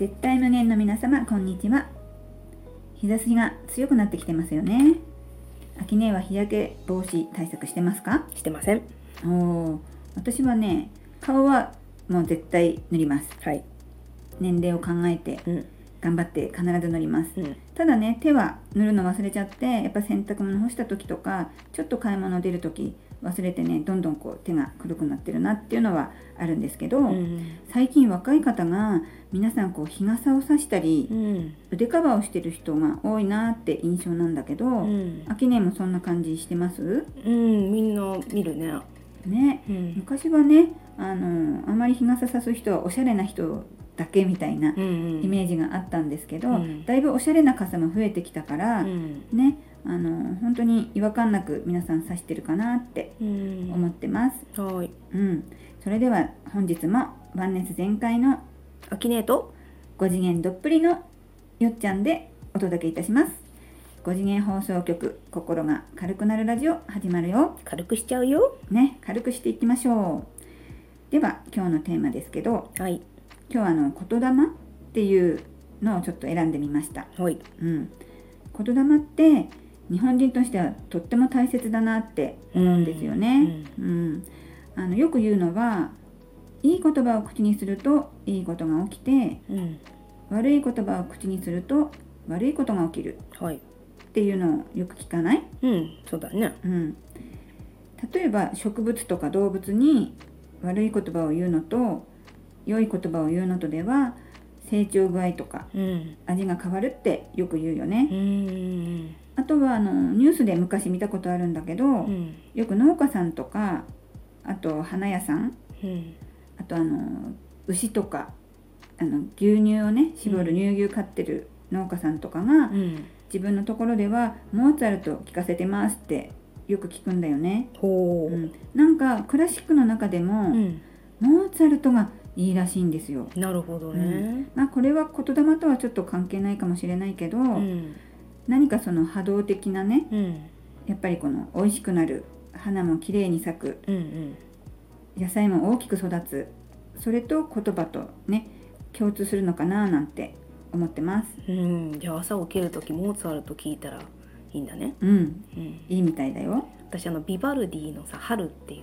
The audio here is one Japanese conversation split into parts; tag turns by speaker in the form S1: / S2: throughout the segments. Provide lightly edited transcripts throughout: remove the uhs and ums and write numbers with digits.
S1: 絶対無限の皆様、こんにちは。日差しが強くなってきてますよね。秋音は日焼け防止対策してますか？
S2: してません。
S1: 私はね、顔はもう絶対塗ります。
S2: はい。
S1: 年齢を考えて、頑張って必ず塗ります、
S2: うん、
S1: ただね、手は塗るの忘れちゃって、やっぱ洗濯物干した時とか、ちょっと買い物出る時忘れてね、どんどんこう手が黒くなってるなっていうのはあるんですけど、最近若い方が皆さんこう日傘を差したり、腕カバーをしてる人が多いなって印象なんだけど、秋音もそんな感じしてます？
S2: みんな見るね。
S1: 昔はね、あまり日傘差す人はおしゃれな人だけみたいなイメージがあったんですけど、だいぶおしゃれな傘も増えてきたから、ね、本当に違和感なく皆さん差してるかなって思ってます。
S2: はい。
S1: それでは本日もワンネス全開の
S2: 秋音と
S1: 5次元どっぷりのよっちゃんでお届けいたします。5次元放送局、心が軽くなるラジオ始まるよ。
S2: 軽くしちゃうよ
S1: ね、軽くしていきましょう。では今日のテーマですけど、
S2: はい。
S1: 今日は言霊っていうのをちょっと選んでみました。
S2: はい。
S1: 言霊って日本人としてはとっても大切だなって思うんですよね。よく言うのは、いい言葉を口にするといいことが起きて、悪い言葉を口にすると悪いことが起きる、っていうのをよく聞かない？
S2: そうだね。
S1: 例えば植物とか動物に悪い言葉を言うのと良い言葉を言うのとでは成長具合とか、味が変わるってよく言うよね。あとはニュースで昔見たことあるんだけど、よく農家さんとか、あと花屋さん、あと牛とか牛乳をね絞る乳牛飼ってる農家さんとかが、自分のところではモーツァルト聴かせてますってよく聞くんだよね。なんかクラシックの中でも、モーツァルトがいいらしいんですよ。
S2: なるほどね。
S1: これは言霊とはちょっと関係ないかもしれないけど、何かその波動的なね、やっぱりこの美味しくなる、花もきれいに咲く、野菜も大きく育つ、それと言葉とね共通するのかななんて思ってます。
S2: じゃあ朝起きるときモーツァルト聞いたらいいんだね。
S1: いいみたいだよ。
S2: 私ビバルディのさ、春っていう、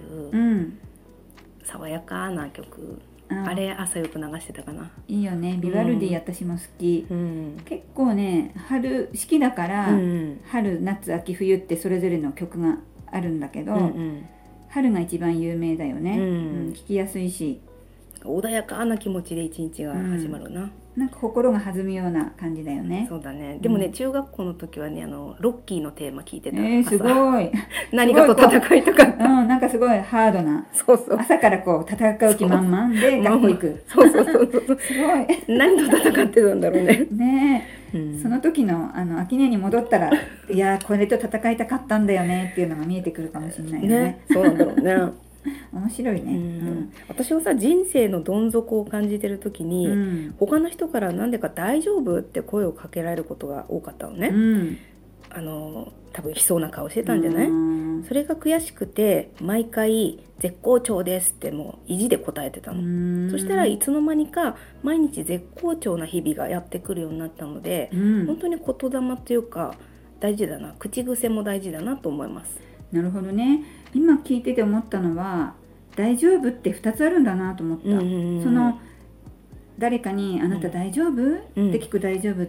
S2: 爽やかな曲、あれ朝よく流してたかな。
S1: いいよね、ビバルディ、私も好き。結構ね、春四季だから、春夏秋冬ってそれぞれの曲があるんだけど、春が一番有名だよね。聞きやすいし
S2: 穏やかな気持ちで一日が始まるな。
S1: なんか心が弾むような感じだよね。
S2: そうだね。でもね、中学校の時はね、ロッキーのテーマ聞いてた。
S1: すごい。
S2: 何かと戦いとか。
S1: なんかすごいハードな。朝からこう戦う気満々で学校行く。
S2: そう。す
S1: ごい。
S2: 何と戦ってたんだろうね。
S1: ねえ、その時の秋音に戻ったら、いやこれと戦いたかったんだよねっていうのが見えてくるかもしれないよね。
S2: そうなんだろうね。
S1: 面白いね。
S2: 私はさ、人生のどん底を感じてる時に、他の人からなんでか大丈夫って声をかけられることが多かったのね。多分悲壮な顔してたんじゃない？それが悔しくて毎回絶好調ですってもう意地で答えてたの。そしたらいつの間にか毎日絶好調な日々がやってくるようになったので、本当に言霊っていうか大事だな、口癖も大事だなと思います。
S1: なるほどね。今聞いてて思ったのは、大丈夫って2つあるんだなと思った。その誰かにあなた大丈夫、って聞く大丈夫って、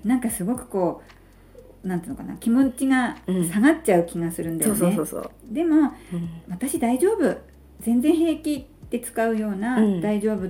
S1: なんかすごくこうなんていうのかな、気持ちが下がっちゃう気がするんだよね。でも、私大丈夫、全然平気って使うような大丈夫って、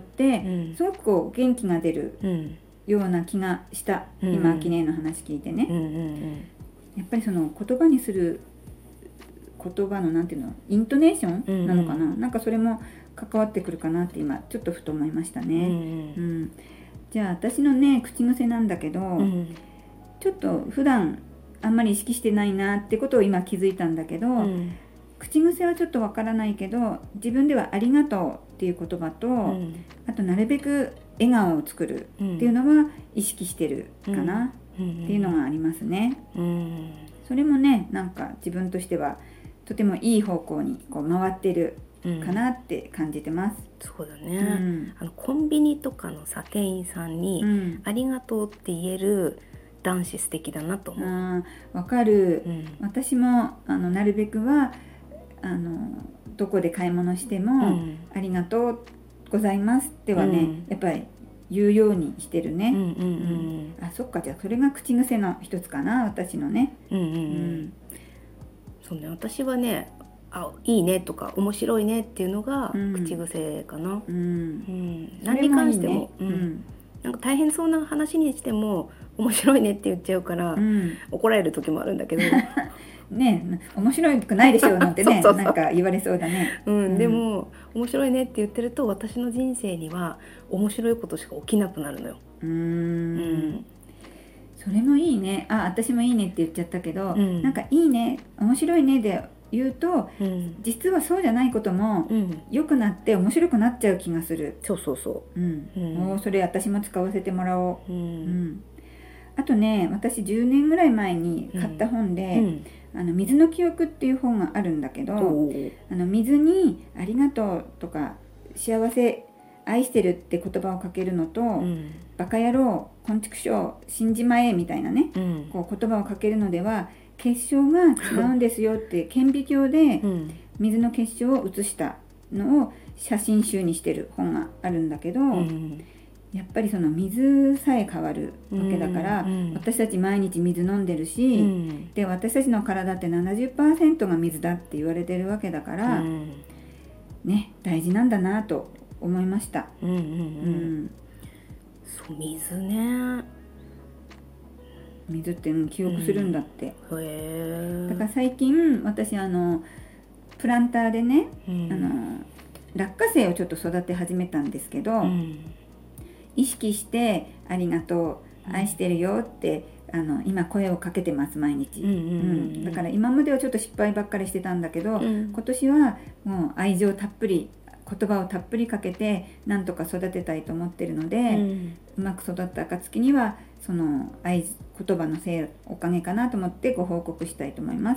S1: すごくこう元気が出るような気がした。今秋音の話聞いてね。やっぱりその言葉にする言葉のなんていうの、イントネーションなのかな、なんかそれも関わってくるかなって今ちょっとふと思いましたね。じゃあ私のね口癖なんだけど、ちょっと普段あんまり意識してないなってことを今気づいたんだけど、口癖はちょっとわからないけど、自分ではありがとうっていう言葉と、あとなるべく笑顔を作るっていうのは意識してるかなっていうのがありますね。それもね、なんか自分としてはとてもいい方向にこう回ってるかなって感じてます。
S2: そうだね、コンビニとかのさ店員さんに、ありがとうって言える男子素敵だなと思う。
S1: わかる、私もなるべくはどこで買い物しても、ありがとうございますってはね、やっぱり言うようにしてるね。あ、そっか、じゃあそれが口癖の一つかな、私のね。
S2: そうね、私はね、いいねとか面白いねっていうのが口癖かな。何に関しても、なんか大変そうな話にしても面白いねって言っちゃうから、怒られる時もあるんだけど
S1: ね、面白くないでしょうなんてねなんか言われそうだね。
S2: でも面白いねって言ってると、私の人生には面白いことしか起きなくなるのよ。
S1: それもいいね。私もいいねって言っちゃったけど、なんかいいね、面白いねで言うと、実はそうじゃないことも良くなって面白くなっちゃう気がする。
S2: そう、
S1: それ私も使わせてもらおう。あとね、私10年ぐらい前に買った本で、水の記憶っていう本があるんだけど、水にありがとうとか幸せ、愛してるって言葉をかけるのと、バカ野郎、こんちくしょう、死んじまえみたいなね、こう言葉をかけるのでは結晶が違うんですよって顕微鏡で水の結晶を写したのを写真集にしてる本があるんだけど、やっぱりその水さえ変わるわけだから、私たち毎日水飲んでるし、で私たちの体って 70% が水だって言われてるわけだから、ね、大事なんだなと思いました。
S2: そう、水ね。
S1: 水って記憶するんだって。だから最近私プランターでね、落花生をちょっと育て始めたんですけど、意識してありがとう、愛してるよって今声をかけてます、毎日。だから今まではちょっと失敗ばっかりしてたんだけど、今年はもう愛情たっぷり、言葉をたっぷりかけてなんとか育てたいと思ってるので、うまく育った暁にはその言葉のおかげかなと思ってご報告したいと思います。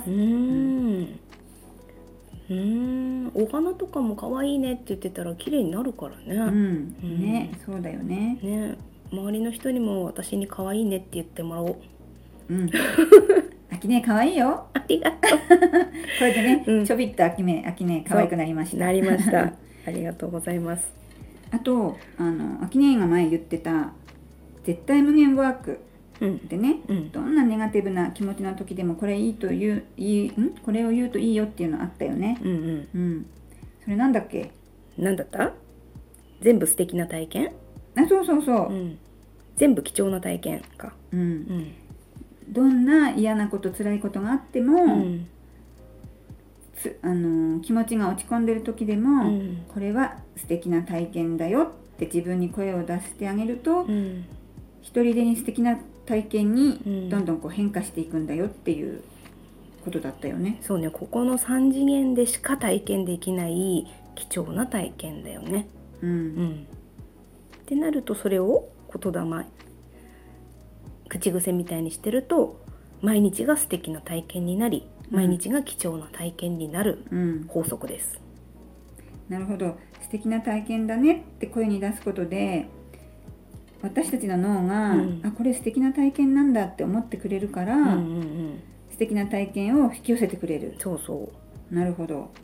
S2: お花とかも可愛いねって言ってたら綺麗になるからね。
S1: ね、そうだよね。
S2: 周りの人にも私に可愛いねって言ってもらおう。
S1: あきね可愛いよ。
S2: ありがとう。
S1: これでね、ちょびっとあきね可愛くなりました。
S2: なりました。ありがとうございます。
S1: あとあきねが前言ってた絶対無限ワークでね、どんなネガティブな気持ちの時でもこれこれを言うといいよっていうのあったよね。それなんだっけ？
S2: なんだった？全部素敵な体験？
S1: そう、
S2: 全部貴重な体験か。
S1: どんな嫌なこと、辛いことがあっても、気持ちが落ち込んでる時でも、これは素敵な体験だよって自分に声を出してあげると、一人でに素敵な体験にどんどんこう変化していくんだよっていうことだったよね。
S2: そうね、ここの3次元でしか体験できない貴重な体験だよね。ってなると、それを言霊、口癖みたいにしてると毎日が素敵な体験になり、毎日が貴重な体験になる法則です。
S1: なるほど。素敵な体験だねって声に出すことで、私たちの脳が、これ素敵な体験なんだって思ってくれるから、素敵な体験を引き寄せてくれる。
S2: そう。
S1: なるほど。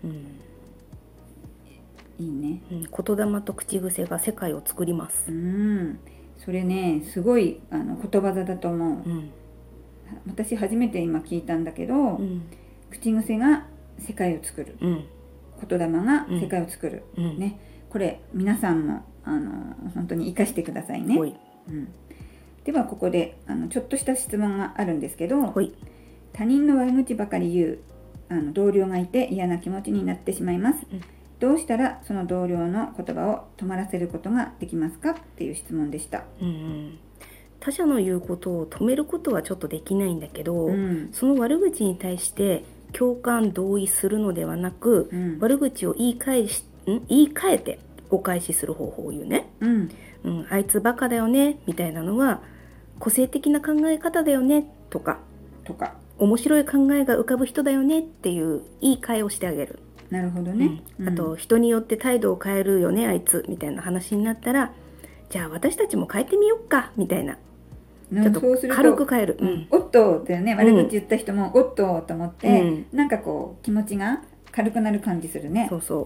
S1: いいね。
S2: 言霊と口癖が世界を作ります。
S1: それね、すごい言葉だと思う。私初めて今聞いたんだけど、口癖が世界を作る、言霊が世界を作る、ね、これ皆さんも本当に生かしてくださいね。ではここでちょっとした質問があるんですけど、他人の悪口ばかり言う同僚がいて嫌な気持ちになってしまいます。どうしたらその同僚の言葉を止まらせることができますかっていう質問でした。
S2: 他者の言うことを止めることはちょっとできないんだけど、その悪口に対して共感同意するのではなく、悪口を言い換えてお返しする方法を言うね。あいつバカだよねみたいなのは個性的な考え方だよねとか面白い考えが浮かぶ人だよねっていう言い換えをしてあげる。
S1: なるほどね、
S2: あと人によって態度を変えるよねあいつみたいな話になったら、じゃあ私たちも変えてみようかみたいな、ちょっと軽く変える、
S1: おっとってね、悪口言った人もおっとと思って、なんかこう気持ちが軽くなる感じするね。
S2: そうそう、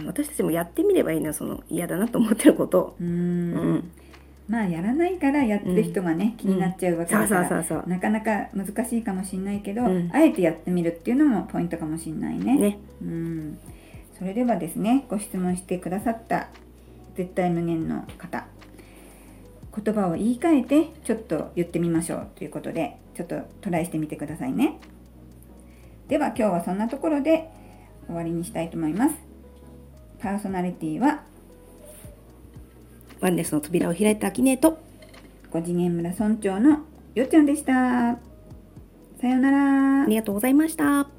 S2: 私たちもやってみればいいな、その嫌だなと思ってることを。
S1: まあやらないからやってる人がね、気になっちゃうわけだから、なかなか難しいかもしれないけど、あえてやってみるっていうのもポイントかもしれないね。それではですね、ご質問してくださった絶対無限の方、言葉を言い換えてちょっと言ってみましょうということで、ちょっとトライしてみてくださいね。では今日はそんなところで終わりにしたいと思います。パーソナリティは
S2: ワンネスの扉を開いたアキネート、
S1: 5次元村村長のよっちゃんでした。さようなら。
S2: ありがとうございました。